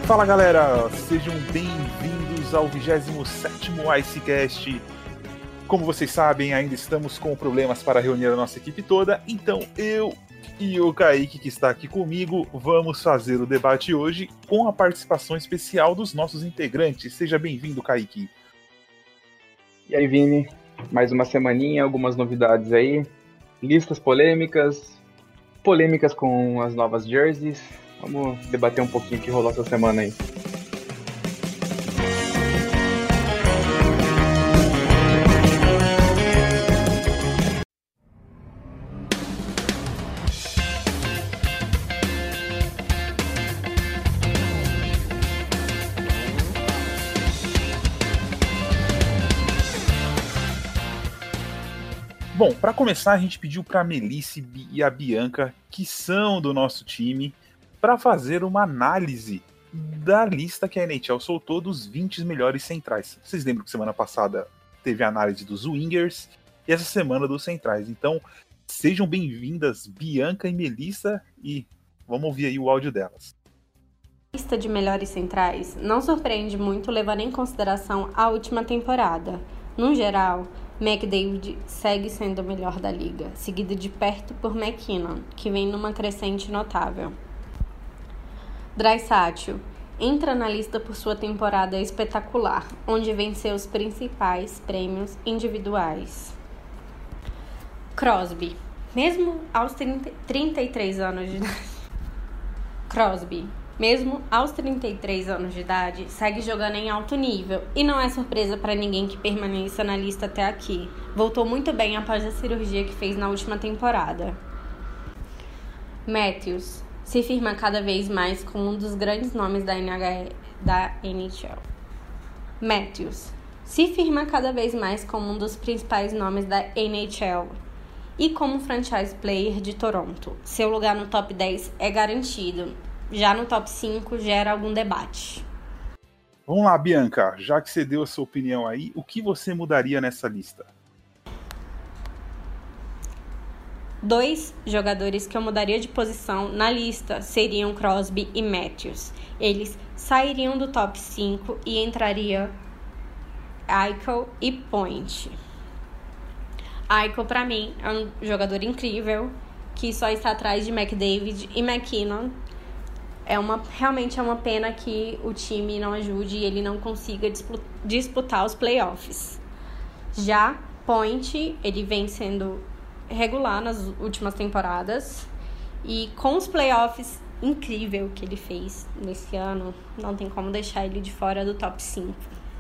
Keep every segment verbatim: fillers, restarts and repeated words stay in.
Fala galera, sejam bem-vindos ao vigésimo sétimo IceCast. Como vocês sabem, ainda estamos com problemas para reunir a nossa equipe toda, então eu e o Kaique, que está aqui comigo, vamos fazer o debate hoje com a participação especial dos nossos integrantes. Seja bem-vindo, Kaique. E aí, Vini? Mais uma semaninha, algumas novidades aí, listas polêmicas, polêmicas com as novas jerseys. Vamos debater um pouquinho o que rolou essa semana aí. Bom, para começar, a gente pediu para a Melisse e a Bianca, que são do nosso time, para fazer uma análise da lista que a N H L soltou dos vinte melhores centrais. Vocês lembram que semana passada teve a análise dos wingers e essa semana dos centrais. Então, sejam bem-vindas, Bianca e Melissa, e vamos ouvir aí o áudio delas. A lista de melhores centrais não surpreende muito, levando em consideração a última temporada. No geral, McDavid segue sendo o melhor da liga, seguido de perto por McKinnon, que vem numa crescente notável. Draisaitl entra na lista por sua temporada espetacular, onde venceu os principais prêmios individuais. Crosby, mesmo aos trinta e três anos de idade, Crosby, mesmo aos trinta e três anos de idade, segue jogando em alto nível e não é surpresa para ninguém que permaneça na lista até aqui. Voltou muito bem após a cirurgia que fez na última temporada. Matthews se firma cada vez mais como um dos grandes nomes da N H L, da N H L. Matthews se firma cada vez mais como um dos principais nomes da N H L e como franchise player de Toronto. Seu lugar no top dez é garantido. Já no top cinco gera algum debate. Vamos lá, Bianca, já que você deu a sua opinião aí, o que você mudaria nessa lista? Dois jogadores que eu mudaria de posição na lista seriam Crosby e Matthews. Eles sairiam do top cinco e entrariam Eichel e Point. Eichel, para mim, é um jogador incrível, que só está atrás de McDavid e McKinnon. É uma, realmente é uma pena que o time não ajude e ele não consiga disputar os playoffs. Já Point, ele vem sendo regular nas últimas temporadas e com os playoffs incrível que ele fez nesse ano, não tem como deixar ele de fora do top cinco.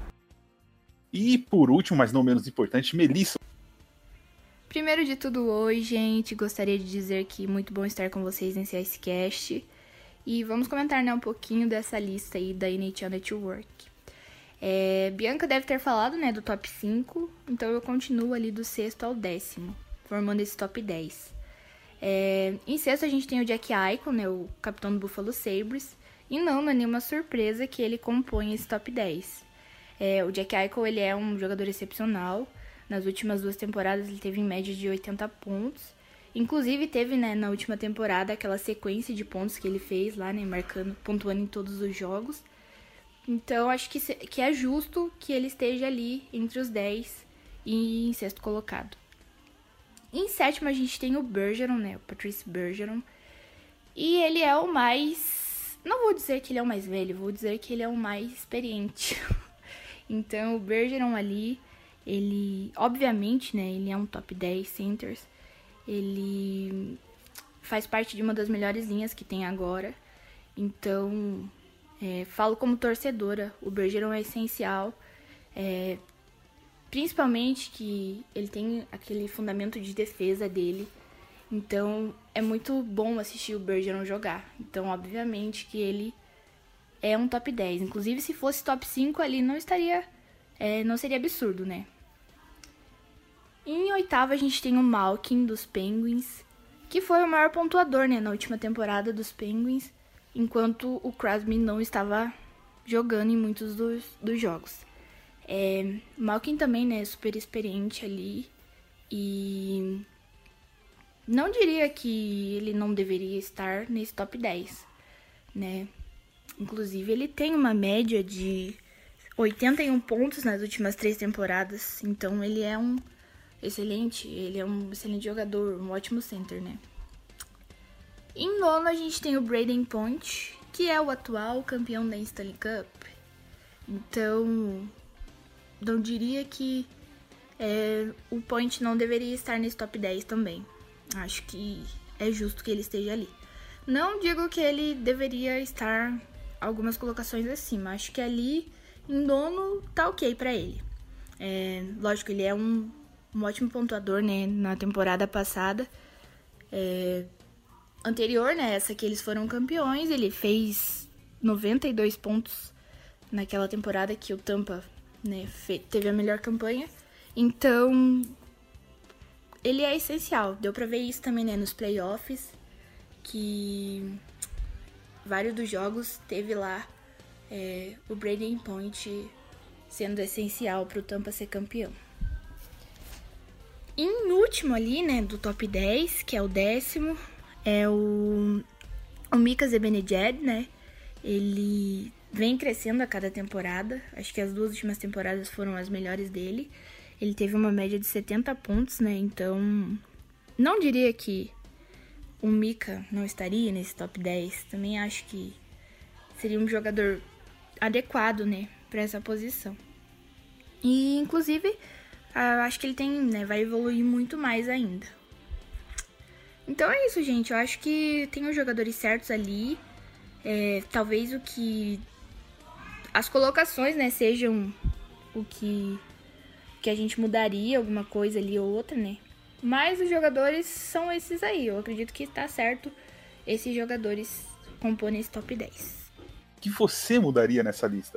E por último, mas não menos importante, Melissa. Primeiro de tudo, oi gente, gostaria de dizer que muito bom estar com vocês nesse IceCast. E vamos comentar, né, um pouquinho dessa lista aí da N H L Network. É, Bianca deve ter falado, né, do top cinco, então eu continuo ali do sexto ao décimo, formando esse top dez. É, em sexto a gente tem o Jack Eichel, né, o capitão do Buffalo Sabres, e não, não é nenhuma surpresa que ele compõe esse top dez. É, o Jack Eichel, ele é um jogador excepcional. Nas últimas duas temporadas ele teve em média de oitenta pontos. Inclusive, teve, né, na última temporada aquela sequência de pontos que ele fez lá, né, marcando, pontuando em todos os jogos. Então, acho que, se, que é justo que ele esteja ali entre os dez e em sexto colocado. Em sétimo, a gente tem o Bergeron, né, o Patrice Bergeron. E ele é o mais... Não vou dizer que ele é o mais velho, vou dizer que ele é o mais experiente. Então, o Bergeron ali, ele... Obviamente, né, ele é um top dez centers. Ele faz parte de uma das melhores linhas que tem agora. Então, é, falo como torcedora, o Bergeron é essencial. É, principalmente que ele tem aquele fundamento de defesa dele. Então, é muito bom assistir o Bergeron jogar. Então, obviamente que ele é um top dez. Inclusive, se fosse top cinco ali, não estaria... É, não seria absurdo, né? Em oitavo, a gente tem o Malkin, dos Penguins, que foi o maior pontuador, né, na última temporada dos Penguins, enquanto o Crosby não estava jogando em muitos dos, dos jogos. É, Malkin também, né, super experiente ali, e não diria que ele não deveria estar nesse top dez, né. Inclusive, ele tem uma média de oitenta e um pontos nas últimas três temporadas. Então, ele é um excelente, ele é um excelente jogador, um ótimo center, né? Em nono, a gente tem o Brayden Point, que é o atual campeão da Stanley Cup. Então, não diria que é, o Point não deveria estar nesse top dez também. Acho que é justo que ele esteja ali. Não digo que ele deveria estar algumas colocações acima. Acho que ali, em nono, tá ok pra ele. É, lógico, ele é um, um ótimo pontuador, né? Na temporada passada. É, anterior, né? Essa que eles foram campeões. Ele fez noventa e dois pontos naquela temporada que o Tampa, né, teve a melhor campanha. Então, ele é essencial. Deu pra ver isso também, né? Nos playoffs. Que vários dos jogos teve lá é, o Brayden Point sendo essencial para o Tampa ser campeão. E em último ali, né, do top dez, que é o décimo, é o, o Mika Zibanejad, né? Ele vem crescendo a cada temporada. Acho que as duas últimas temporadas foram as melhores dele. Ele teve uma média de setenta pontos, né? Então, não diria que o Mika não estaria nesse top dez. Também acho que seria um jogador adequado, né, para essa posição. E, inclusive, acho que ele tem, né, vai evoluir muito mais ainda. Então é isso, gente. Eu acho que tem os jogadores certos ali. É, talvez o que... As colocações, né, sejam o que, que a gente mudaria, alguma coisa ali ou outra, né? Mas os jogadores são esses aí. Eu acredito que tá certo esses jogadores compõem esse top dez. O que você mudaria nessa lista?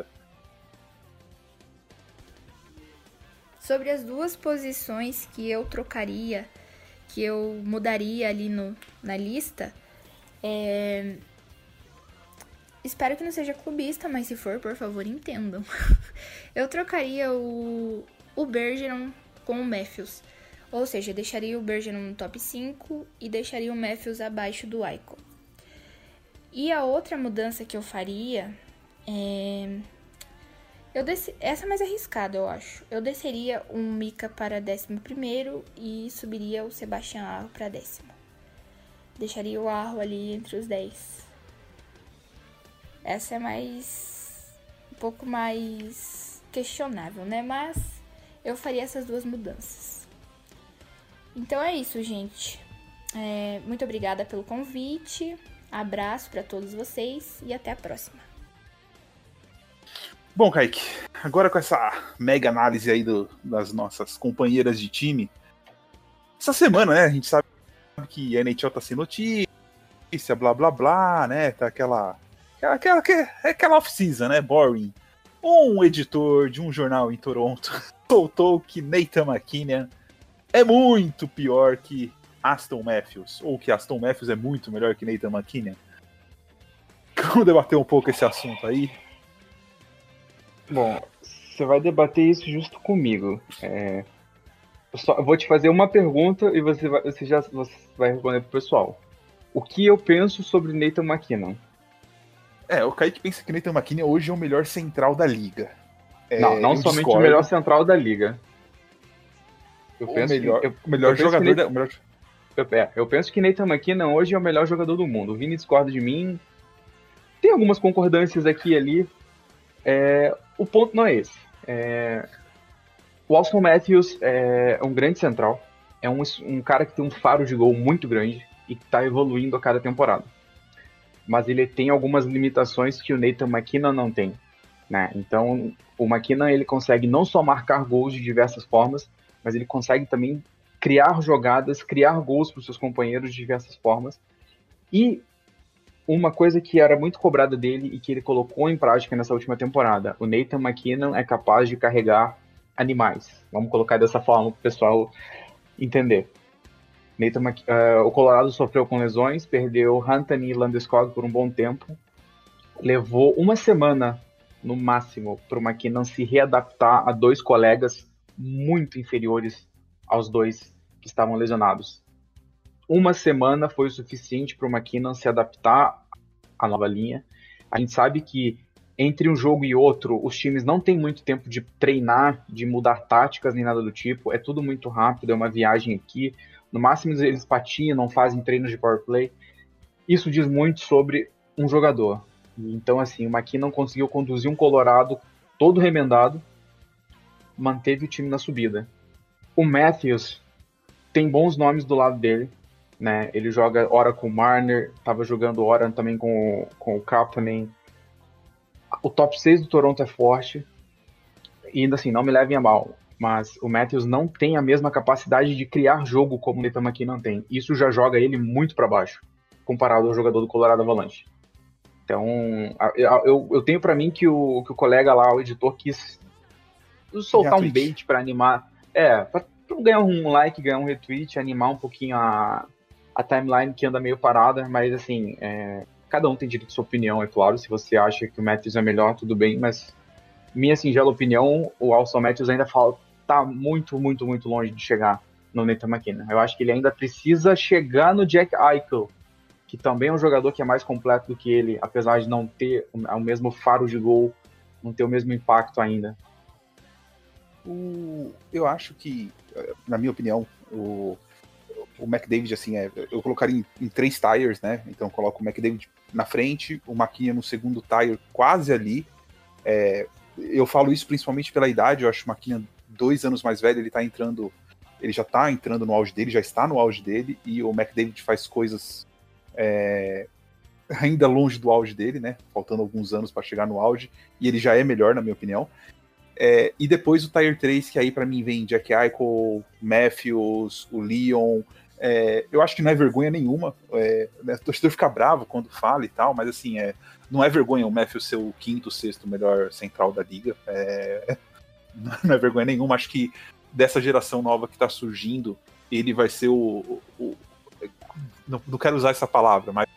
Sobre as duas posições que eu trocaria, que eu mudaria ali no, na lista, é... espero que não seja clubista, mas se for, por favor, entendam. Eu trocaria o, o Bergeron com o Matthews. Ou seja, deixaria o Bergeron no top cinco e deixaria o Matthews abaixo do Eichel. E a outra mudança que eu faria é... Eu desce... Essa é mais arriscada, eu acho. Eu desceria o Mika para décimo primeiro e subiria o Sebastian Aho para décimo. Deixaria o Aho ali entre os dez. Essa é mais... um pouco mais questionável, né? Mas eu faria essas duas mudanças. Então é isso, gente. É, muito obrigada pelo convite. Abraço para todos vocês e até a próxima. Bom, Kaique, agora com essa mega análise aí do, das nossas companheiras de time, essa semana, né, a gente sabe que a N H L tá sem notícia, blá blá blá, né, tá aquela aquela, aquela, aquela off-season, né, boring. Um editor de um jornal em Toronto soltou que Nathan MacKinnon é muito pior que Aston Matthews, ou que Aston Matthews é muito melhor que Nathan MacKinnon. Vamos debater um pouco esse assunto aí? Bom, você vai debater isso justo comigo. É, eu, só, eu vou te fazer uma pergunta e você vai, você já você vai responder pro pessoal. O que eu penso sobre Nathan MacKinnon? É, o Kaique pensa que Nathan MacKinnon hoje é o melhor central da liga. É, não, não somente discordo. O melhor central da liga. Eu o penso melhor, que, eu, o melhor eu jogador Nathan, da... O melhor... Eu, é, eu penso que Nathan MacKinnon hoje é o melhor jogador do mundo. O Vini discorda de mim. Tem algumas concordâncias aqui e ali. É, o ponto não é esse. É, o Auston Matthews é um grande central. É um, um cara que tem um faro de gol muito grande e que está evoluindo a cada temporada. Mas ele tem algumas limitações que o Nathan MacKinnon não tem. Né? Então, o MacKinnon ele consegue não só marcar gols de diversas formas, mas ele consegue também criar jogadas, criar gols para os seus companheiros de diversas formas. E uma coisa que era muito cobrada dele e que ele colocou em prática nessa última temporada, o Nathan MacKinnon é capaz de carregar animais. Vamos colocar dessa forma para o pessoal entender. Nathan Mac... uh, o Colorado sofreu com lesões, perdeu Anthony e Landeskog por um bom tempo. Levou uma semana, no máximo, para o MacKinnon se readaptar a dois colegas muito inferiores aos dois que estavam lesionados. Uma semana foi o suficiente para o MacKinnon se adaptar à nova linha. A gente sabe que entre um jogo e outro, os times não têm muito tempo de treinar, de mudar táticas nem nada do tipo. É tudo muito rápido, é uma viagem aqui. No máximo eles patinam, fazem treinos de power play. Isso diz muito sobre um jogador. Então, assim, o McKinnon conseguiu conduzir um Colorado todo remendado, manteve o time na subida. O Matthews tem bons nomes do lado dele, né? Ele joga hora com o Marner, estava jogando hora também com, com o Kapanen. O top seis do Toronto é forte, e ainda assim, não me levem a mal, mas o Matthews não tem a mesma capacidade de criar jogo como o Nathan McKinnon tem. Isso já joga ele muito para baixo, comparado ao jogador do Colorado Avalanche. Então, eu, eu tenho para mim que o, que o colega lá, o editor, quis soltar um bait para animar, é, para ganhar um like, ganhar um retweet, animar um pouquinho a, a timeline que anda meio parada, mas assim, é, cada um tem direito à sua opinião, é claro. Se você acha que o Matthews é melhor, tudo bem, mas minha singela opinião, o Auston Matthews ainda falta, tá muito, muito, muito longe de chegar no Nathan McKinnon. Eu acho que ele ainda precisa chegar no Jack Eichel, que também é um jogador que é mais completo do que ele, apesar de não ter o mesmo faro de gol, não ter o mesmo impacto ainda. O, eu acho que, na minha opinião, o, o McDavid, assim, é, eu colocaria em, em três tires, né? Então eu coloco o McDavid na frente, o McKinnon no segundo tire, quase ali. É, eu falo isso principalmente pela idade. Eu acho o McKinnon dois anos mais velho, ele tá entrando, ele já tá entrando no auge dele, já está no auge dele, e o McDavid faz coisas é, ainda longe do auge dele, né? Faltando alguns anos para chegar no auge, e ele já é melhor, na minha opinião. É, e depois o Tier três, que aí pra mim vem Jack Eichel, Matthews, o Leon. É, eu acho que não é vergonha nenhuma. É, né, o torcedor fica bravo quando fala e tal, mas assim, é, não é vergonha o Matthews ser o quinto, sexto melhor central da liga. É, não é vergonha nenhuma. Acho que dessa geração nova que tá surgindo, ele vai ser o... o, o não, não quero usar essa palavra, mas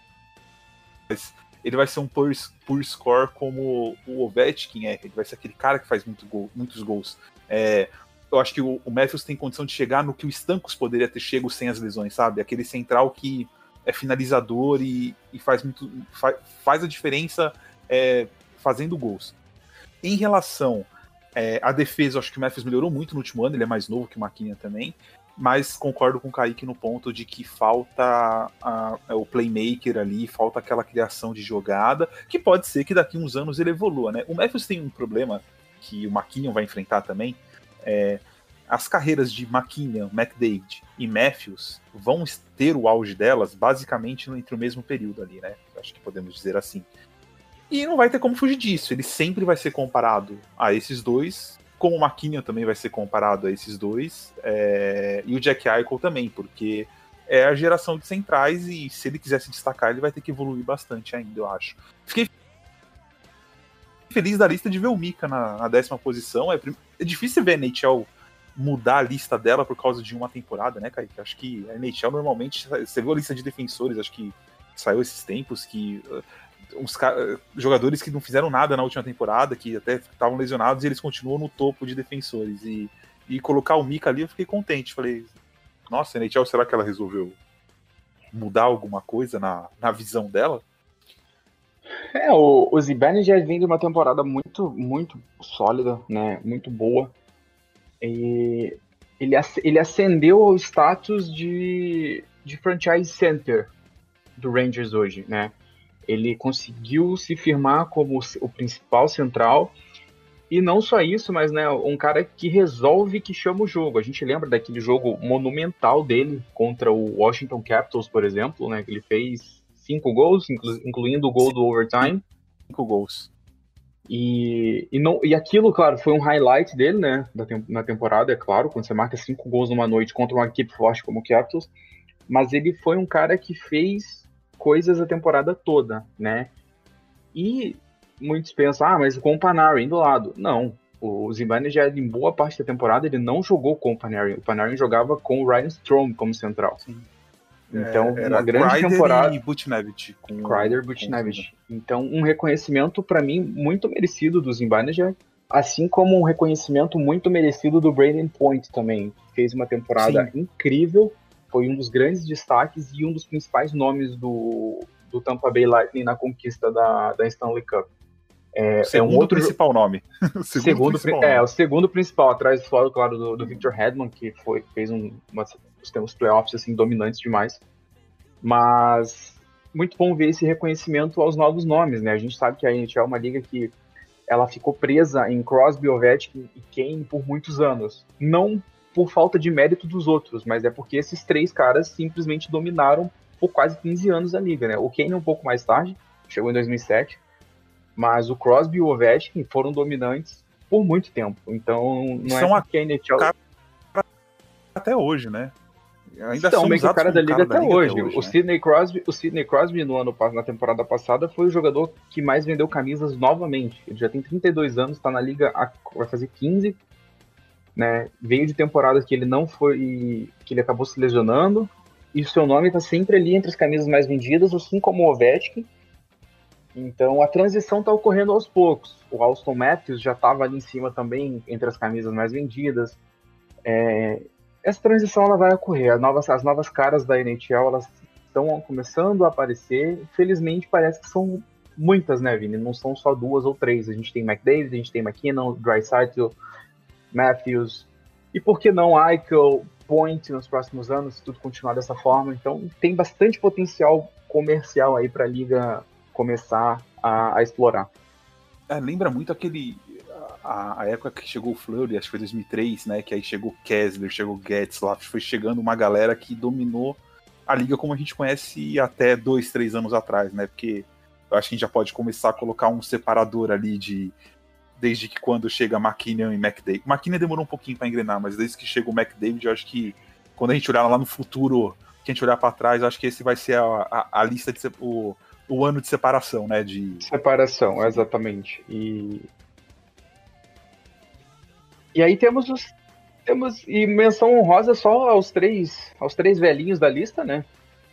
ele vai ser um pure, pure score como o Ovechkin é. Ele vai ser aquele cara que faz muito gol, muitos gols. É, eu acho que o, o Matthews tem condição de chegar no que o Stamkos poderia ter chego sem as lesões, sabe? Aquele central que é finalizador e, e faz, muito, fa, faz a diferença é, fazendo gols. Em relação é, à defesa, eu acho que o Matthews melhorou muito no último ano. Ele é mais novo que o McKinnon também. Mas concordo com o Kaique no ponto de que falta a, a, o playmaker ali, falta aquela criação de jogada, que pode ser que daqui a uns anos ele evolua, né? O Matthews tem um problema que o McKinnon vai enfrentar também. É, as carreiras de McKinnon, McDavid e Matthews vão ter o auge delas basicamente entre o mesmo período ali, né? Acho que podemos dizer assim. E não vai ter como fugir disso. Ele sempre vai ser comparado a esses dois, como o McKinnon também vai ser comparado a esses dois, é, e o Jack Eichel também, porque é a geração de centrais, e se ele quiser se destacar, ele vai ter que evoluir bastante ainda, eu acho. Fiquei feliz da lista de ver o Mika na, na décima posição. É, é difícil ver a N H L mudar a lista dela por causa de uma temporada, né, Kaique? Acho que a N H L normalmente, você viu a lista de defensores, acho que saiu esses tempos que... uns jogadores que não fizeram nada na última temporada, que até estavam lesionados, e eles continuam no topo de defensores. E, e colocar o Mika ali, eu fiquei contente. Falei, nossa, a N H L, será que ela resolveu mudar alguma coisa na, na visão dela? É, o, o Zibanejad vem de uma temporada muito, muito sólida, né? Muito boa. E ele, ele ascendeu ao status de, de franchise center do Rangers hoje, né? Ele conseguiu se firmar como o principal central, e não só isso, mas né, um cara que resolve, que chama o jogo. A gente lembra daquele jogo monumental dele contra o Washington Capitals, por exemplo, né, que ele fez cinco gols, inclu- incluindo o gol do overtime. Cinco gols. E, e, não, e aquilo, claro, foi um highlight dele, né, da tem- na temporada, é claro, quando você marca cinco gols numa noite contra uma equipe forte como o Capitals, mas ele foi um cara que fez coisas a temporada toda, né? E muitos pensam, ah, mas com o Panarin do lado. Não, o Zibanejad, em boa parte da temporada, ele não jogou com o Panarin. O Panarin jogava com o Ryan Strome como central. Sim. Então, é, uma grande Kreider temporada. E Buchnevich. Com, Kreider e Buchnevich. Então, um reconhecimento, para mim, muito merecido do Zibanejad, assim como um reconhecimento muito merecido do Brayden Point também. Fez uma temporada Sim. incrível. Foi um dos grandes destaques e um dos principais nomes do, do Tampa Bay Lightning na conquista da, da Stanley Cup. É, o segundo é um outro principal nome. o segundo, segundo principal é, nome. o segundo principal, atrás, claro, claro do, do Victor Hedman, que foi, fez um, uma, os playoffs assim, dominantes demais. Mas muito bom ver esse reconhecimento aos novos nomes, né? A gente sabe que a N H L é uma liga que ela ficou presa em Crosby, Ovechkin e Kane por muitos anos. Não por falta de mérito dos outros, mas é porque esses três caras simplesmente dominaram por quase quinze anos a liga, né? O Kane um pouco mais tarde, chegou em dois mil e sete, mas o Crosby e o Ovechkin foram dominantes por muito tempo. Então, não são é que a N H L... até hoje, né? Ainda então, são meio que o cara da liga, até, da liga hoje. até hoje. O, né? Sidney Crosby, o Sidney Crosby no ano, na temporada passada, foi o jogador que mais vendeu camisas novamente. Ele já tem trinta e dois anos, está na liga, vai fazer quinze. Né? Veio de temporadas que ele não foi... que ele acabou se lesionando. E o seu nome está sempre ali entre as camisas mais vendidas, assim como o Ovechkin. Então a transição está ocorrendo aos poucos. O Auston Matthews já estava ali em cima também, entre as camisas mais vendidas. É, essa transição ela vai ocorrer. As novas, as novas caras da N H L elas estão começando a aparecer. Felizmente parece que são muitas, né, Vini? Não são só duas ou três. A gente tem McDavid, a gente tem McKinnon, Draisaitl, Matthews. E por que não Eichel, Point nos próximos anos, se tudo continuar dessa forma? Então tem bastante potencial comercial aí para a liga começar a, a explorar. É, lembra muito aquele a, a época que chegou o Fleury, acho que foi dois mil e três, né, que aí chegou Kessler, chegou Getzlaff, foi chegando uma galera que dominou a liga como a gente conhece até dois, três anos atrás, né, porque eu acho que a gente já pode começar a colocar um separador ali de desde que quando chega McKinnon e McDavid. McKinnon demorou um pouquinho para engrenar, mas desde que chega o McDavid, eu acho que quando a gente olhar lá no futuro, que a gente olhar para trás, eu acho que esse vai ser a, a, a lista de o o ano de separação, né? De separação, exatamente. E e aí temos os temos e menção honrosa só aos três aos três velhinhos da lista, né?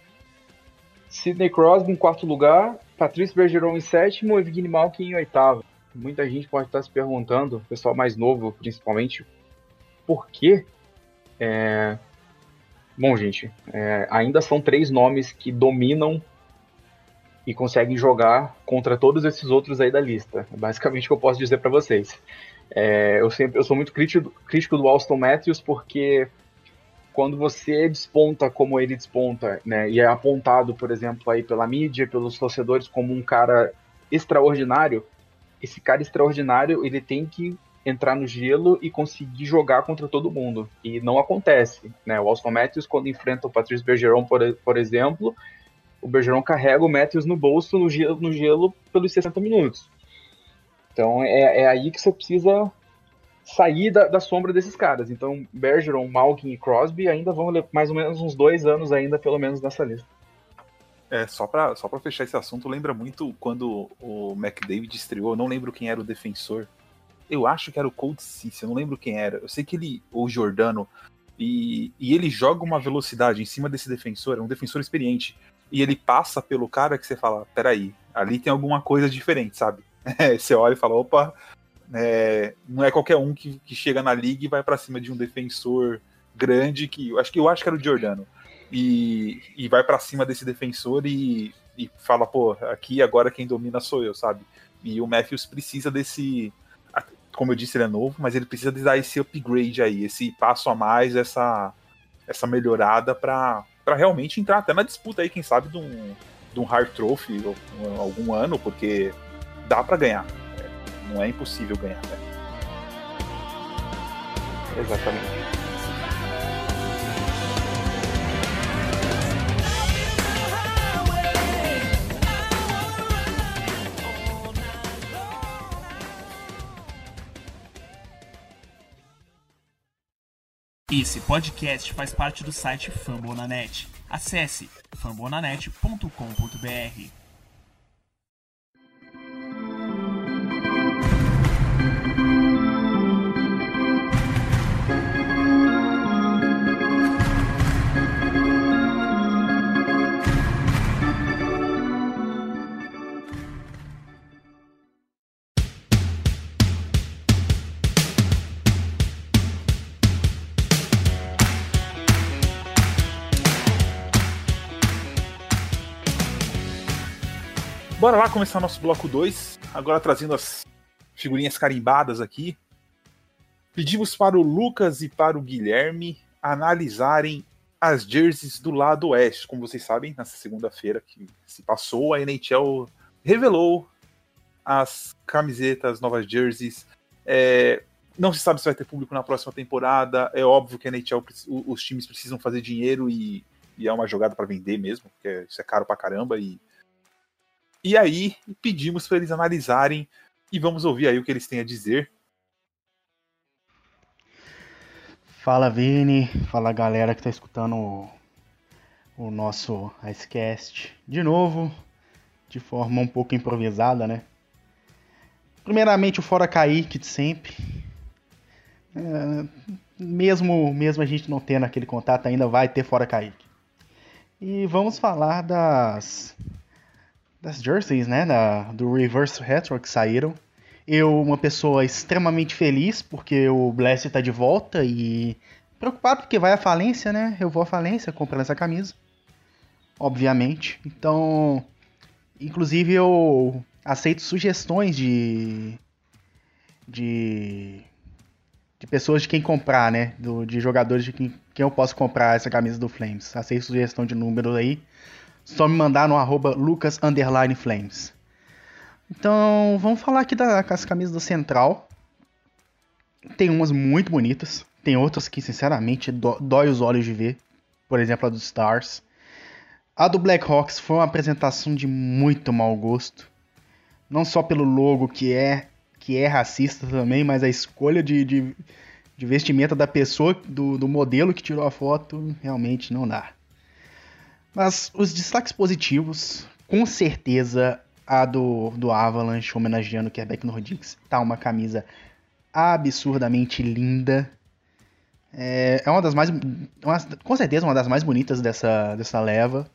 Sidney Crosby em quarto lugar, Patrice Bergeron em sétimo e Evgeny Malkin em oitavo. Muita gente pode estar se perguntando, o pessoal mais novo principalmente, por quê? É... Bom, gente, é... ainda são três nomes que dominam e conseguem jogar contra todos esses outros aí da lista. É basicamente o que eu posso dizer para vocês. É, eu, sempre, eu sou muito crítico, crítico do Auston Matthews, porque quando você desponta como ele desponta, né, e é apontado, por exemplo, aí pela mídia, pelos torcedores como um cara extraordinário, esse cara extraordinário ele tem que entrar no gelo e conseguir jogar contra todo mundo. E não acontece. Né? O Auston Matthews, quando enfrenta o Patrice Bergeron, por, por exemplo... o Bergeron carrega o Matthews no bolso, no gelo, no gelo pelos sessenta minutos. Então é, é aí que você precisa sair da, da sombra desses caras. Então Bergeron, Malkin e Crosby ainda vão levar mais ou menos uns dois anos ainda, pelo menos, nessa lista. É, só pra, só pra fechar esse assunto, lembra muito quando o McDavid estreou, eu não lembro quem era o defensor. Eu acho que era o Cold Ceci, eu não lembro quem era. Eu sei que ele, ou o Giordano, e, e ele joga uma velocidade em cima desse defensor, é um defensor experiente. E ele passa pelo cara que você fala, peraí, ali tem alguma coisa diferente, sabe? É, você olha e fala, opa, é, não é qualquer um que, que chega na liga e vai pra cima de um defensor grande, que eu acho que, eu acho que era o Giordano, e, e vai pra cima desse defensor e, e fala, pô, aqui agora quem domina sou eu, sabe? E o Matthews precisa desse, como eu disse, ele é novo, mas ele precisa de dar esse upgrade aí, esse passo a mais, essa, essa melhorada pra... para realmente entrar até na disputa aí, quem sabe, de um, de um Hart Trophy ou, algum ano, porque dá para ganhar. É, não é impossível ganhar, né? Exatamente. Esse podcast faz parte do site Fambonanet. Acesse fambonanet ponto com ponto b r. Bora lá começar nosso bloco dois, agora trazendo as figurinhas carimbadas aqui. Pedimos para o Lucas e para o Guilherme analisarem as jerseys do lado oeste. Como vocês sabem, nessa segunda-feira que se passou, a N H L revelou as camisetas, novas jerseys. É, não se sabe se vai ter público na próxima temporada. É óbvio que a N H L, os times precisam fazer dinheiro e, e é uma jogada para vender mesmo, porque isso é caro pra caramba. E, e aí pedimos para eles analisarem e vamos ouvir aí o que eles têm a dizer. Fala, Vini. Fala, galera que tá escutando o, o nosso Icecast. De novo, de forma um pouco improvisada, né? Primeiramente, o Fora Kaique de sempre. É, mesmo, mesmo a gente não tendo aquele contato, ainda vai ter Fora Kaique. E vamos falar das, das jerseys, né? Da, do Reverse Retro que saíram. Eu, uma pessoa extremamente feliz, porque o Blast tá de volta e preocupado porque vai à falência, né? Eu vou à falência comprando essa camisa, obviamente. Então, inclusive eu aceito sugestões de de, de pessoas de quem comprar, né? Do, de jogadores de quem, quem eu posso comprar essa camisa do Flames. Aceito sugestão de números aí. Só me mandar no arroba Lucas underline Flames. Então, vamos falar aqui das camisas do Central. Tem umas muito bonitas. Tem outras que, sinceramente, dó, dói os olhos de ver. Por exemplo, a do Stars. A do Blackhawks foi uma apresentação de muito mau gosto. Não só pelo logo, que é, que é racista também, mas a escolha de, de, de vestimenta da pessoa, do, do modelo que tirou a foto, realmente não dá. Mas os destaques positivos, com certeza... A do, do Avalanche, homenageando o Quebec Nordiques, tá uma camisa absurdamente linda. É, é uma das mais... Uma, com certeza uma das mais bonitas dessa, dessa leva.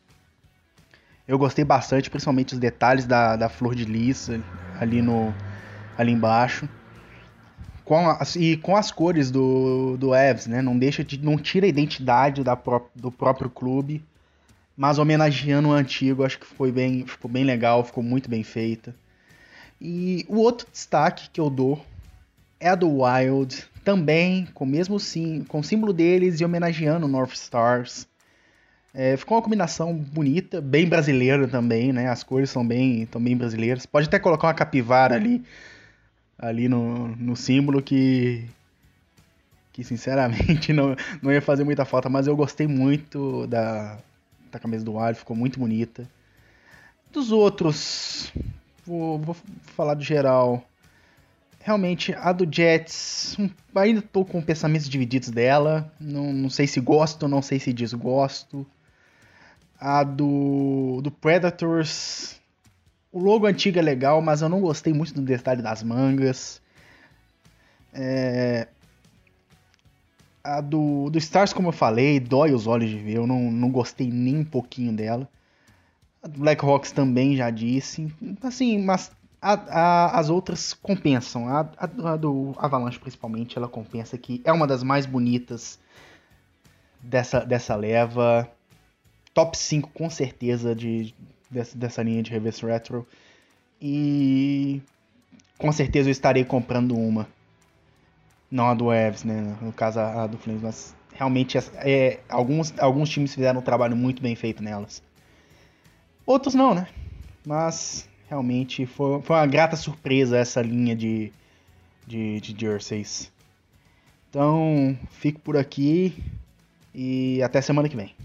Eu gostei bastante, principalmente os detalhes da, da flor de lis ali, no, ali embaixo. Com a, e com as cores do, do Avs, né? Não, deixa de, não tira a identidade da pró, do próprio clube. Mas homenageando o antigo, acho que foi bem, ficou bem legal, ficou muito bem feita. E o outro destaque que eu dou é a do Wild, também com o mesmo sim, com o símbolo deles e homenageando o North Stars. É, ficou uma combinação bonita, bem brasileira também, né? As cores são bem, tão bem brasileiras. Pode até colocar uma capivara ali, ali no, no símbolo que, que sinceramente não, não ia fazer muita falta, mas eu gostei muito da... da camisa do Wild, ficou muito bonita. Dos outros, vou, vou falar do geral. Realmente, a do Jets, um, ainda tô com pensamentos divididos dela. Não, não sei se gosto, não sei se desgosto. A do, do Predators, o logo antigo é legal, mas eu não gostei muito do detalhe das mangas. É... A do, do Stars, como eu falei, dói os olhos de ver, eu não, não gostei nem um pouquinho dela. A do Blackhawks também, já disse. Assim, mas a, a, as outras compensam. A, a, a do Avalanche, principalmente, ela compensa, que é uma das mais bonitas dessa, dessa leva. Top cinco, com certeza, de, dessa, dessa linha de Reverse Retro. E com certeza eu estarei comprando uma. Não a do Avs, né? No caso a do Flames, mas realmente é, alguns, alguns times fizeram um trabalho muito bem feito nelas. Outros não, né? Mas realmente foi, foi uma grata surpresa essa linha de, de, de jerseys. Então, fico por aqui e até semana que vem.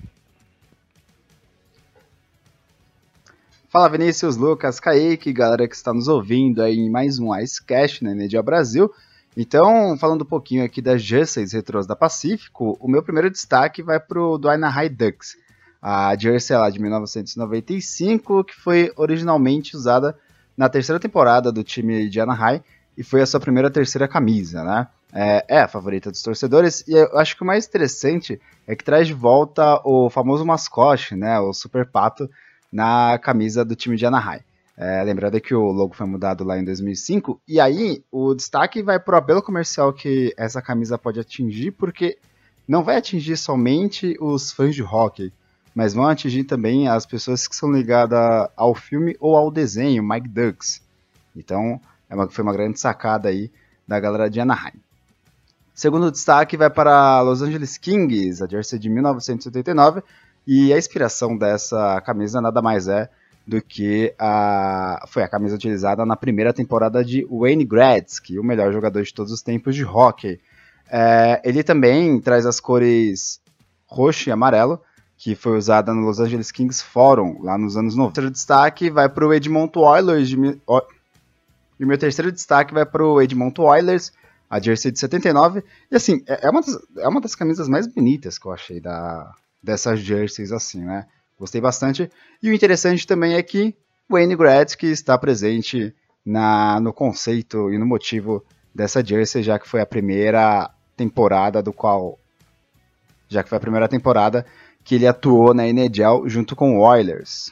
Fala Vinícius, Lucas, Kaique, galera que está nos ouvindo aí em mais um Icecast na N H L Brasil. Então, falando um pouquinho aqui das jerseys retrôs da Pacífico, o meu primeiro destaque vai pro do Anaheim Ducks, a jersey lá de mil novecentos e noventa e cinco, que foi originalmente usada na terceira temporada do time de Anaheim e foi a sua primeira terceira camisa, né? É, é a favorita dos torcedores e eu acho que o mais interessante é que traz de volta o famoso mascote, né, o Super Pato, na camisa do time de Anaheim. É, lembrando que o logo foi mudado lá em dois mil e cinco, e aí o destaque vai para o apelo comercial que essa camisa pode atingir, porque não vai atingir somente os fãs de hockey, mas vão atingir também as pessoas que são ligadas ao filme ou ao desenho, Mike Ducks. Então, é uma, foi uma grande sacada aí da galera de Anaheim. Segundo destaque vai para Los Angeles Kings, a jersey de mil novecentos e oitenta e nove, e a inspiração dessa camisa nada mais é do que a, foi a camisa utilizada na primeira temporada de Wayne Gretzky, o melhor jogador de todos os tempos de hockey. É, ele também traz as cores roxo e amarelo, que foi usada no Los Angeles Kings Forum, lá nos anos noventa. O terceiro destaque vai para o Edmonton Oilers, de, e o meu terceiro destaque vai para o Edmonton Oilers, a jersey de setenta e nove, e assim, é uma das, é uma das camisas mais bonitas que eu achei da, dessas jerseys, assim, né? Gostei bastante. E o interessante também é que Wayne Gretzky está presente na, no conceito e no motivo dessa jersey, já que foi a primeira temporada do qual... Já que foi a primeira temporada que ele atuou na N H L junto com o Oilers.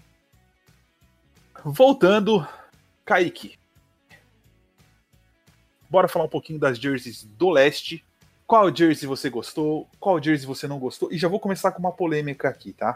Voltando, Kaique. Bora falar um pouquinho das jerseys do leste. Qual jersey você gostou? Qual jersey você não gostou? E já vou começar com uma polêmica aqui, tá?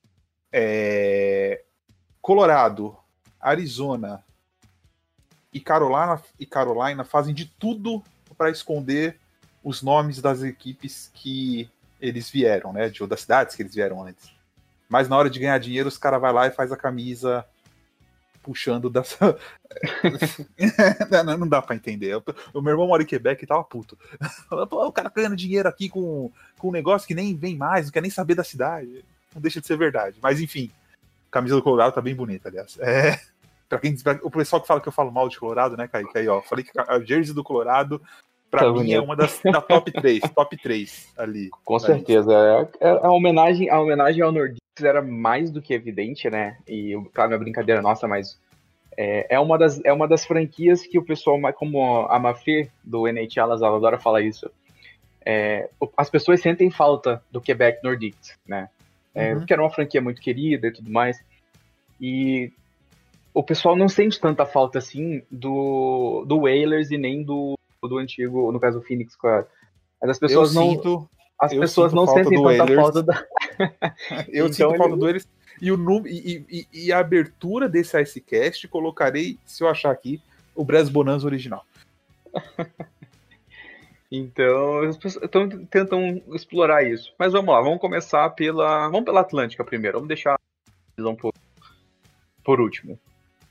É... Colorado, Arizona e Carolina, e Carolina fazem de tudo para esconder os nomes das equipes que eles vieram, né? De, ou das cidades que eles vieram antes. Mas na hora de ganhar dinheiro, os caras vão lá e faz a camisa puxando dessa... não, não dá pra entender. O meu irmão mora em Quebec e tava puto. Pô, o cara ganhando dinheiro aqui com, com um negócio que nem vem mais, não quer nem saber da cidade. Não deixa de ser verdade. Mas enfim, a camisa do Colorado tá bem bonita, aliás. É, pra quem, pra, o pessoal que fala que eu falo mal de Colorado, né, Kaique? Aí, ó, falei que a jersey do Colorado, pra tá mim, bonito. É uma das da top três, top três ali. Com certeza. É, a, homenagem, a homenagem ao Nordiques era mais do que evidente, né? E, claro, não é brincadeira nossa, mas é, é, uma das, é uma das franquias que o pessoal, como a Mafê do N H L, ela adora falar isso. É, as pessoas sentem falta do Quebec Nordiques, né? É, uhum. Porque era uma franquia muito querida e tudo mais. E o pessoal não sente tanta falta assim do, do Whalers e nem do, do antigo, no caso do Phoenix. Mas as pessoas eu não. Sinto, as pessoas não sentem tanta Whalers. falta da. eu então, sinto ele... falta do Whalers. E, o, e, e, e a abertura desse Icecast colocarei, se eu achar aqui, o Brás Bonanza original. Então, as pessoas tão, tentam explorar isso. Mas vamos lá, vamos começar pela. Vamos pela Atlântica primeiro. Vamos deixar a divisão por, por último.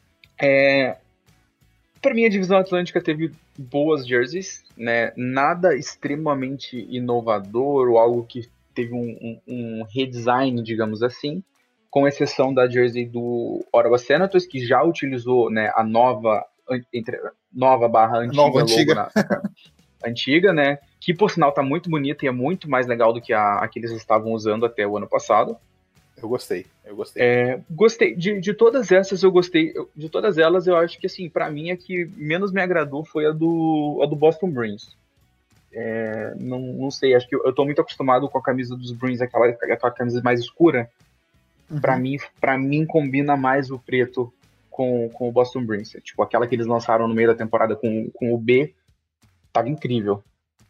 É, para mim, a divisão Atlântica teve boas jerseys, né? Nada extremamente inovador ou algo que teve um, um, um redesign, digamos assim, com exceção da jersey do Ottawa Senators, que já utilizou, né, a nova, entre, nova barra antiga nova logo antiga. Na, antiga, né? Que por sinal tá muito bonita e é muito mais legal do que a, a que eles estavam usando até o ano passado. Eu gostei, eu gostei. É, gostei, de, de todas essas eu gostei, de todas elas eu acho que assim, pra mim a que menos me agradou foi a do, a do Boston Bruins. É, não, não sei, acho que eu, eu tô muito acostumado com a camisa dos Bruins, aquela, aquela camisa mais escura. Uhum. Pra mim, pra mim combina mais o preto com, com o Boston Bruins. Tipo, aquela que eles lançaram no meio da temporada com, com o B, tava incrível.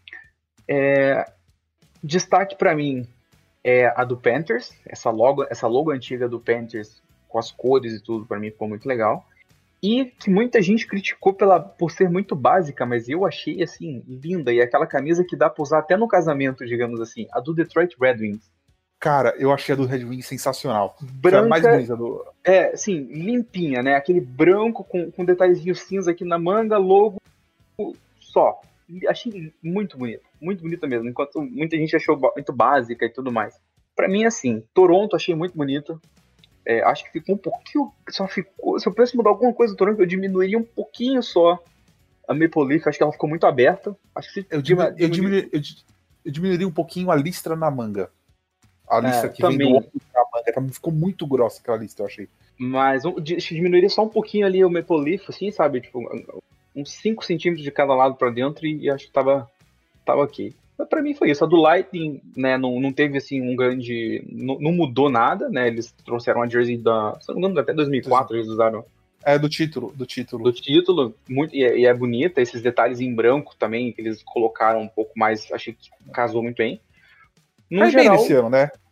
É, destaque pra mim é a do Panthers, essa logo, essa logo antiga do Panthers com as cores e tudo, pra mim ficou muito legal. E que muita gente criticou pela, por ser muito básica, mas eu achei, assim, linda. E aquela camisa que dá pra usar até no casamento, digamos assim, a do Detroit Red Wings. Cara, eu achei a do Red Wings sensacional. Branca, foi a mais bonita do... É, sim, limpinha, né? Aquele branco com, com detalhezinho cinza aqui na manga, logo só. Achei muito bonita, muito bonita mesmo, enquanto muita gente achou muito básica e tudo mais. Pra mim, assim, Toronto achei muito bonito. É, acho que ficou um pouquinho, só ficou, se eu pudesse mudar alguma coisa do Toronto, eu diminuiria um pouquinho só a Maple Leaf, acho que ela ficou muito aberta. Acho que eu, diminu, eu, diminu, eu, eu diminuiria um pouquinho a listra na manga. A lista é, que também. vem do ombro na manga, pra mim ficou muito grossa aquela lista, eu achei. Mas um, diminuiria só um pouquinho ali o Maple Leaf, assim, sabe, tipo, uns cinco centímetros de cada lado pra dentro e, e acho que tava, tava ok. Mas pra mim foi isso. A do Lightning, né, não, não teve, assim, um grande... Não, não mudou nada, né, eles trouxeram a jersey da... Se não me engano, até dois mil e quatro eles usaram... É, do título, do título. Do título, muito, e, é, e é bonita, esses detalhes em branco também, que eles colocaram um pouco mais, achei que casou muito bem. No Cai geral, bem nesse ano, né?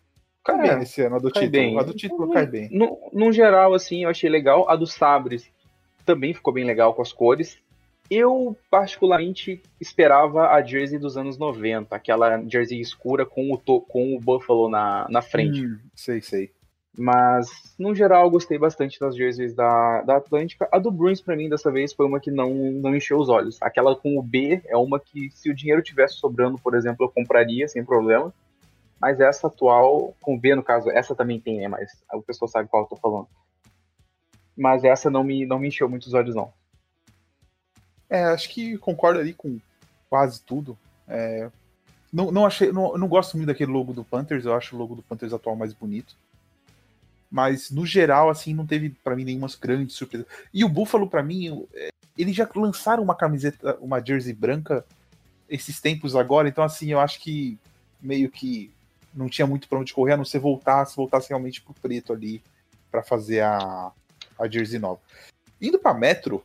Cai É, bem esse ano, a do cai título. bem. A do título No- cai bem. No, no geral, assim, eu achei legal. A dos Sabres também ficou bem legal com as cores. Eu, particularmente, esperava a jersey dos anos noventa, aquela jersey escura com o, to- com o Buffalo na, na frente. Hum, sei, sei. Mas, no geral, eu gostei bastante das jerseys da, da Atlântica. A do Bruins, pra mim, dessa vez, foi uma que não, não encheu os olhos. Aquela com o B é uma que, se o dinheiro tivesse sobrando, por exemplo, eu compraria sem problema. Mas essa atual, com o B, no caso, essa também tem, né? Mas o pessoal sabe qual eu tô falando. Mas essa não me, não me encheu muito os olhos, não. É, acho que concordo ali com quase tudo. É, não, não achei, não, não gosto muito daquele logo do Panthers, eu acho o logo do Panthers atual mais bonito. Mas, no geral, assim, não teve pra mim nenhuma grande surpresa. E o Buffalo, pra mim, é, eles já lançaram uma camiseta, uma jersey branca esses tempos agora, então, assim, eu acho que meio que não tinha muito pra onde correr, a não ser voltar, se voltasse realmente pro preto ali pra fazer a, a jersey nova. Indo pra Metro,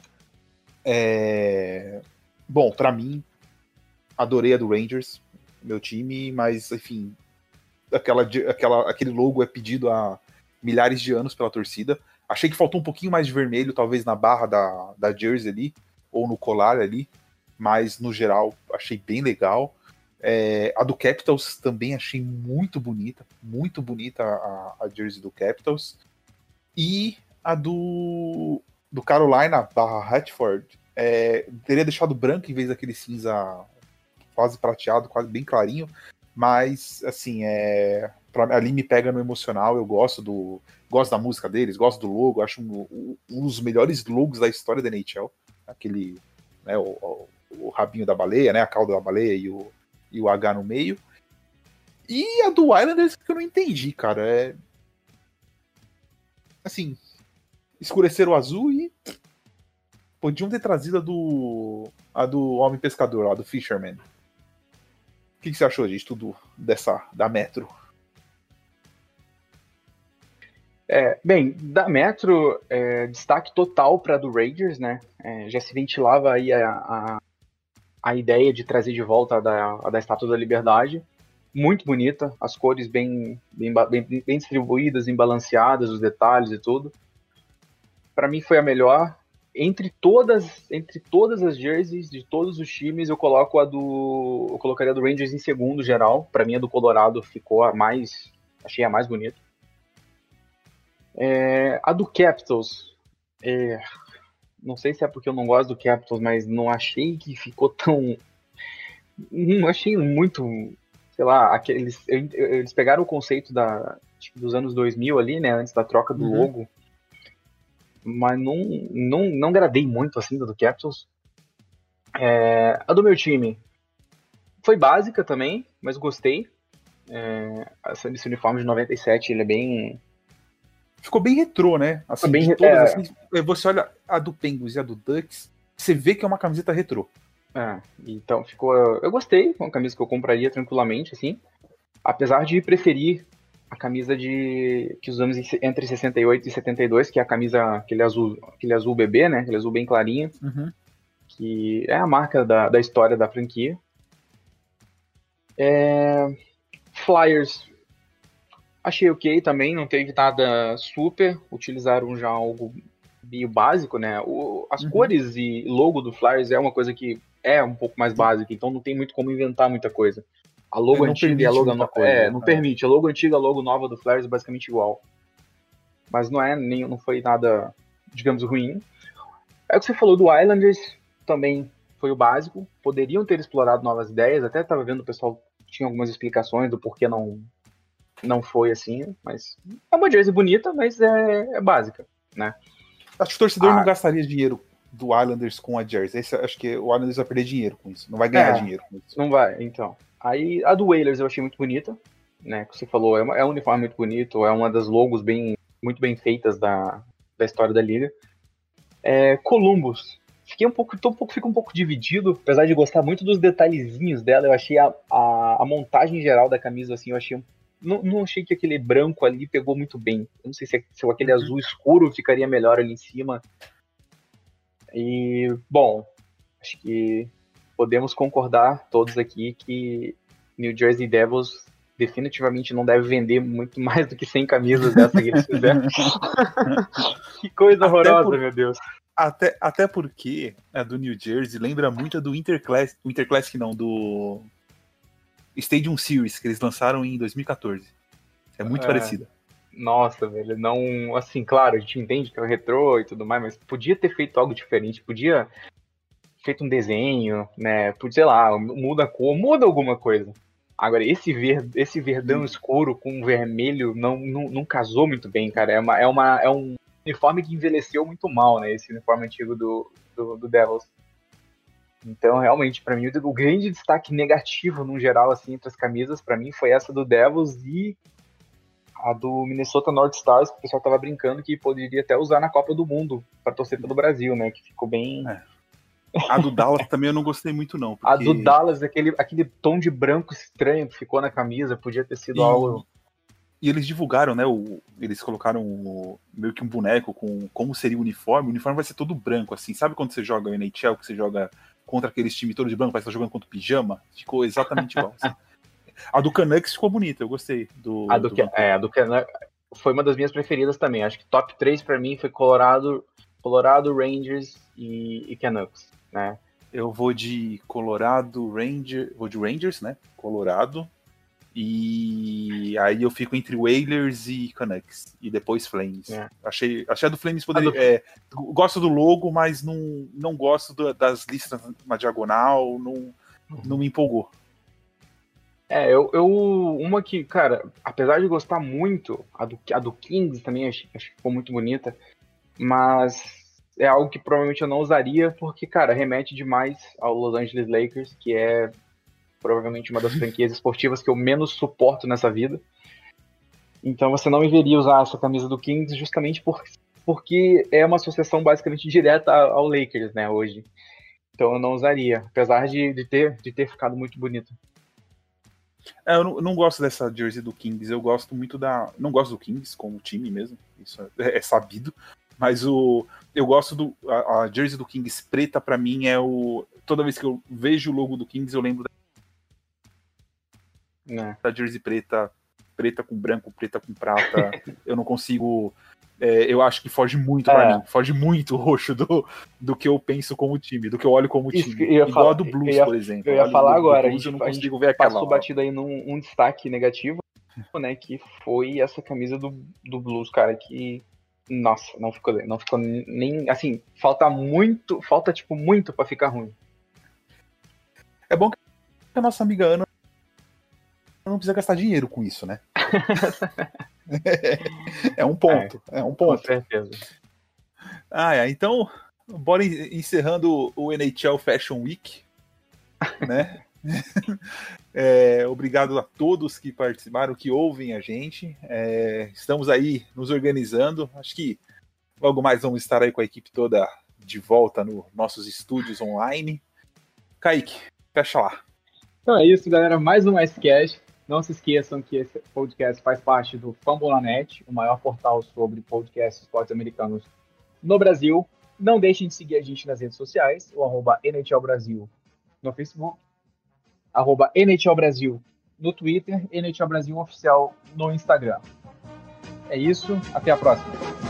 é... bom, pra mim, adorei a do Rangers, meu time, mas, enfim, aquela, aquela, aquele logo é pedido há milhares de anos pela torcida. Achei que faltou um pouquinho mais de vermelho, talvez na barra da, da jersey ali, ou no colar ali, mas no geral achei bem legal. É, a do Capitals também achei muito bonita, muito bonita a, a jersey do Capitals. E a do, do Carolina barra Hatford, é, teria deixado branco em vez daquele cinza quase prateado, quase bem clarinho, mas assim, é, pra, ali me pega no emocional. Eu gosto do gosto da música deles, gosto do logo, acho um, um dos melhores logos da história da N H L, aquele, né, o, o, o rabinho da baleia, né, a cauda da baleia e o, e o H no meio. E a do Islanders que eu não entendi, cara, é assim, escureceram o azul e podiam ter trazido a do a do Homem Pescador lá, do Fisherman. O que, que você achou, gente, tudo dessa, da Metro? É, bem, da Metro, é, destaque total para a do Rangers, né? É, já se ventilava aí a, a, a ideia de trazer de volta a da, a da Estátua da Liberdade. Muito bonita, as cores bem, bem, bem, bem distribuídas, bem balanceadas, os detalhes e tudo. Para mim foi a melhor. Entre todas, entre todas as jerseys de todos os times, eu coloco a do, eu colocaria a do Rangers em segundo geral. Para mim a do Colorado ficou a mais, achei a mais bonita. É, a do Capitals, é, não sei se é porque eu não gosto do Capitals, mas não achei que ficou tão, não achei muito, sei lá, aqueles, eles pegaram o conceito da, dos anos dois mil ali, né, antes da troca do Uhum. logo. Mas não, não, não gradei muito assim do Capitals. É, a do meu time foi básica também, mas gostei. É, esse uniforme de noventa e sete, ele é bem... Ficou bem retrô, né? Assim, Bem, de todas, é, assim, você olha a do Penguins e a do Ducks, você vê que é uma camiseta retrô. é, então ficou... Eu gostei, uma camisa que eu compraria tranquilamente, assim. Apesar de preferir a camisa de que usamos entre sessenta e oito e setenta e dois, que é a camisa, aquele azul, aquele azul bebê, né? Aquele azul bem clarinho, Uhum. que é a marca da, da história da franquia. É... Flyers, achei ok também, não teve nada super, utilizaram já algo meio básico, né? O, as Uhum. cores e logo do Flyers é uma coisa que é um pouco mais básica, então não tem muito como inventar muita coisa. A logo Não antiga e a permite logo muita nova. coisa, É, não é. permite. A logo antiga e a logo nova do Flyers é basicamente igual. Mas não é, nem, não foi nada, digamos, ruim. É o que você falou do Islanders, também foi o básico. Poderiam ter explorado novas ideias, até estava vendo o pessoal tinha algumas explicações do porquê não, não foi assim, mas é uma jersey bonita, mas é, é básica, né? Acho que o torcedor Ah. não gastaria dinheiro do Islanders com a jersey. Esse, acho que o Islanders vai perder dinheiro com isso. Não vai ganhar É. dinheiro com isso. Não vai, então. Aí a do Whalers eu achei muito bonita, né? Que você falou, é, uma, é um uniforme muito bonito, é uma das logos bem, muito bem feitas da, da história da liga. É, Columbus, fiquei um pouco, tô um pouco, fico um pouco dividido, apesar de gostar muito dos detalhezinhos dela. Eu achei a, a, a montagem geral da camisa assim, eu achei não, não achei que aquele branco ali pegou muito bem. Eu não sei se, se aquele Uhum. azul escuro ficaria melhor ali em cima. E bom, acho que podemos concordar todos aqui que New Jersey Devils definitivamente não deve vender muito mais do que cem camisas dessa que eles fizeram. Que coisa horrorosa, por... meu Deus. Até, até porque a do New Jersey lembra muito a do Interclassic, o Interclassic não, do Stadium Series, que eles lançaram em dois mil e quatorze. É muito é, parecida. Nossa, velho, não... Assim, claro, a gente entende que é o retrô e tudo mais, mas podia ter feito algo diferente, podia feito um desenho, né, podia, sei lá, muda a cor, muda alguma coisa. Agora, esse, ver, esse verdão escuro com vermelho não, não, não casou muito bem, cara. É, uma, é, uma, é um uniforme que envelheceu muito mal, né? Esse uniforme antigo do, do, do Devils. Então, realmente, pra mim, o, o grande destaque negativo, no geral, assim, entre as camisas, pra mim, foi essa do Devils e a do Minnesota North Stars, que o pessoal tava brincando que poderia até usar na Copa do Mundo pra torcer pelo Brasil, né? Que ficou bem... É. A do Dallas também eu não gostei muito, não. Porque... A do Dallas, aquele, aquele tom de branco estranho que ficou na camisa, podia ter sido e, algo... E eles divulgaram, né? O, eles colocaram o, meio que um boneco com como seria o uniforme. O uniforme vai ser todo branco, assim. Sabe quando você joga N H L, que você joga contra aqueles times todos de branco, parece que tá jogando contra o pijama? Ficou exatamente igual. Assim. A do Canucks ficou bonita, eu gostei. Do, a do, do que, é, a do Canucks foi uma das minhas preferidas também. Acho que top três pra mim foi Colorado, Colorado Rangers e, e Canucks, né? Eu vou de Colorado, Ranger, vou de Rangers, né? Colorado. E aí eu fico entre Whalers e Canucks. E depois Flames. É. Achei, achei a do Flames poderia. Do... É, gosto do logo, mas não, não gosto do, das listas na diagonal. Não, uhum. não me empolgou. É, eu, eu. Uma que, cara, apesar de gostar muito, a do, a do Kings também acho, acho que ficou muito bonita. Mas. É algo que provavelmente eu não usaria, porque, cara, remete demais ao Los Angeles Lakers, que é provavelmente uma das franquias esportivas que eu menos suporto nessa vida. Então você não me veria usar essa camisa do Kings justamente por, porque é uma associação basicamente direta ao Lakers, né, hoje. Então eu não usaria, apesar de, de, ter, de ter ficado muito bonito. É, eu não, eu não gosto dessa jersey do Kings, eu gosto muito da... Não gosto do Kings como time mesmo, isso é, é sabido. Mas o, eu gosto do... A, a jersey do Kings preta, pra mim, é o... Toda vez que eu vejo o logo do Kings, eu lembro da, é. da jersey preta, preta com branco, preta com prata. Eu não consigo... É, eu acho que foge muito é. pra mim. Foge muito o roxo do, do que eu penso como time, do que eu olho como Isso, time. Igual falar, a do Blues, ia, por exemplo. Eu ia eu falar agora, Blues, a gente, eu não a consigo gente ver aquela passou batido aí num um destaque negativo, né, que foi essa camisa do, do Blues, cara, que... Nossa, não ficou, não ficou nem, assim, falta muito, falta, tipo, muito pra ficar ruim. É bom que a nossa amiga Ana não precisa gastar dinheiro com isso, né? É um ponto, é, é um ponto. Com certeza. Ah, é, então, bora encerrando o N H L Fashion Week, né? É, obrigado a todos que participaram, que ouvem a gente. É, estamos aí nos organizando. Acho que logo mais vamos estar aí com a equipe toda de volta nos nossos estúdios online. Kaique, fecha lá. Então é isso, galera. Mais um Icecast. Não se esqueçam que esse podcast faz parte do Fambonanet, o maior portal sobre podcasts esportes americanos no Brasil. Não deixem de seguir a gente nas redes sociais, o arroba N H L Brasil no Facebook, arroba N H L Brasil no Twitter, N H L Brasil Oficial no Instagram. É isso, até a próxima.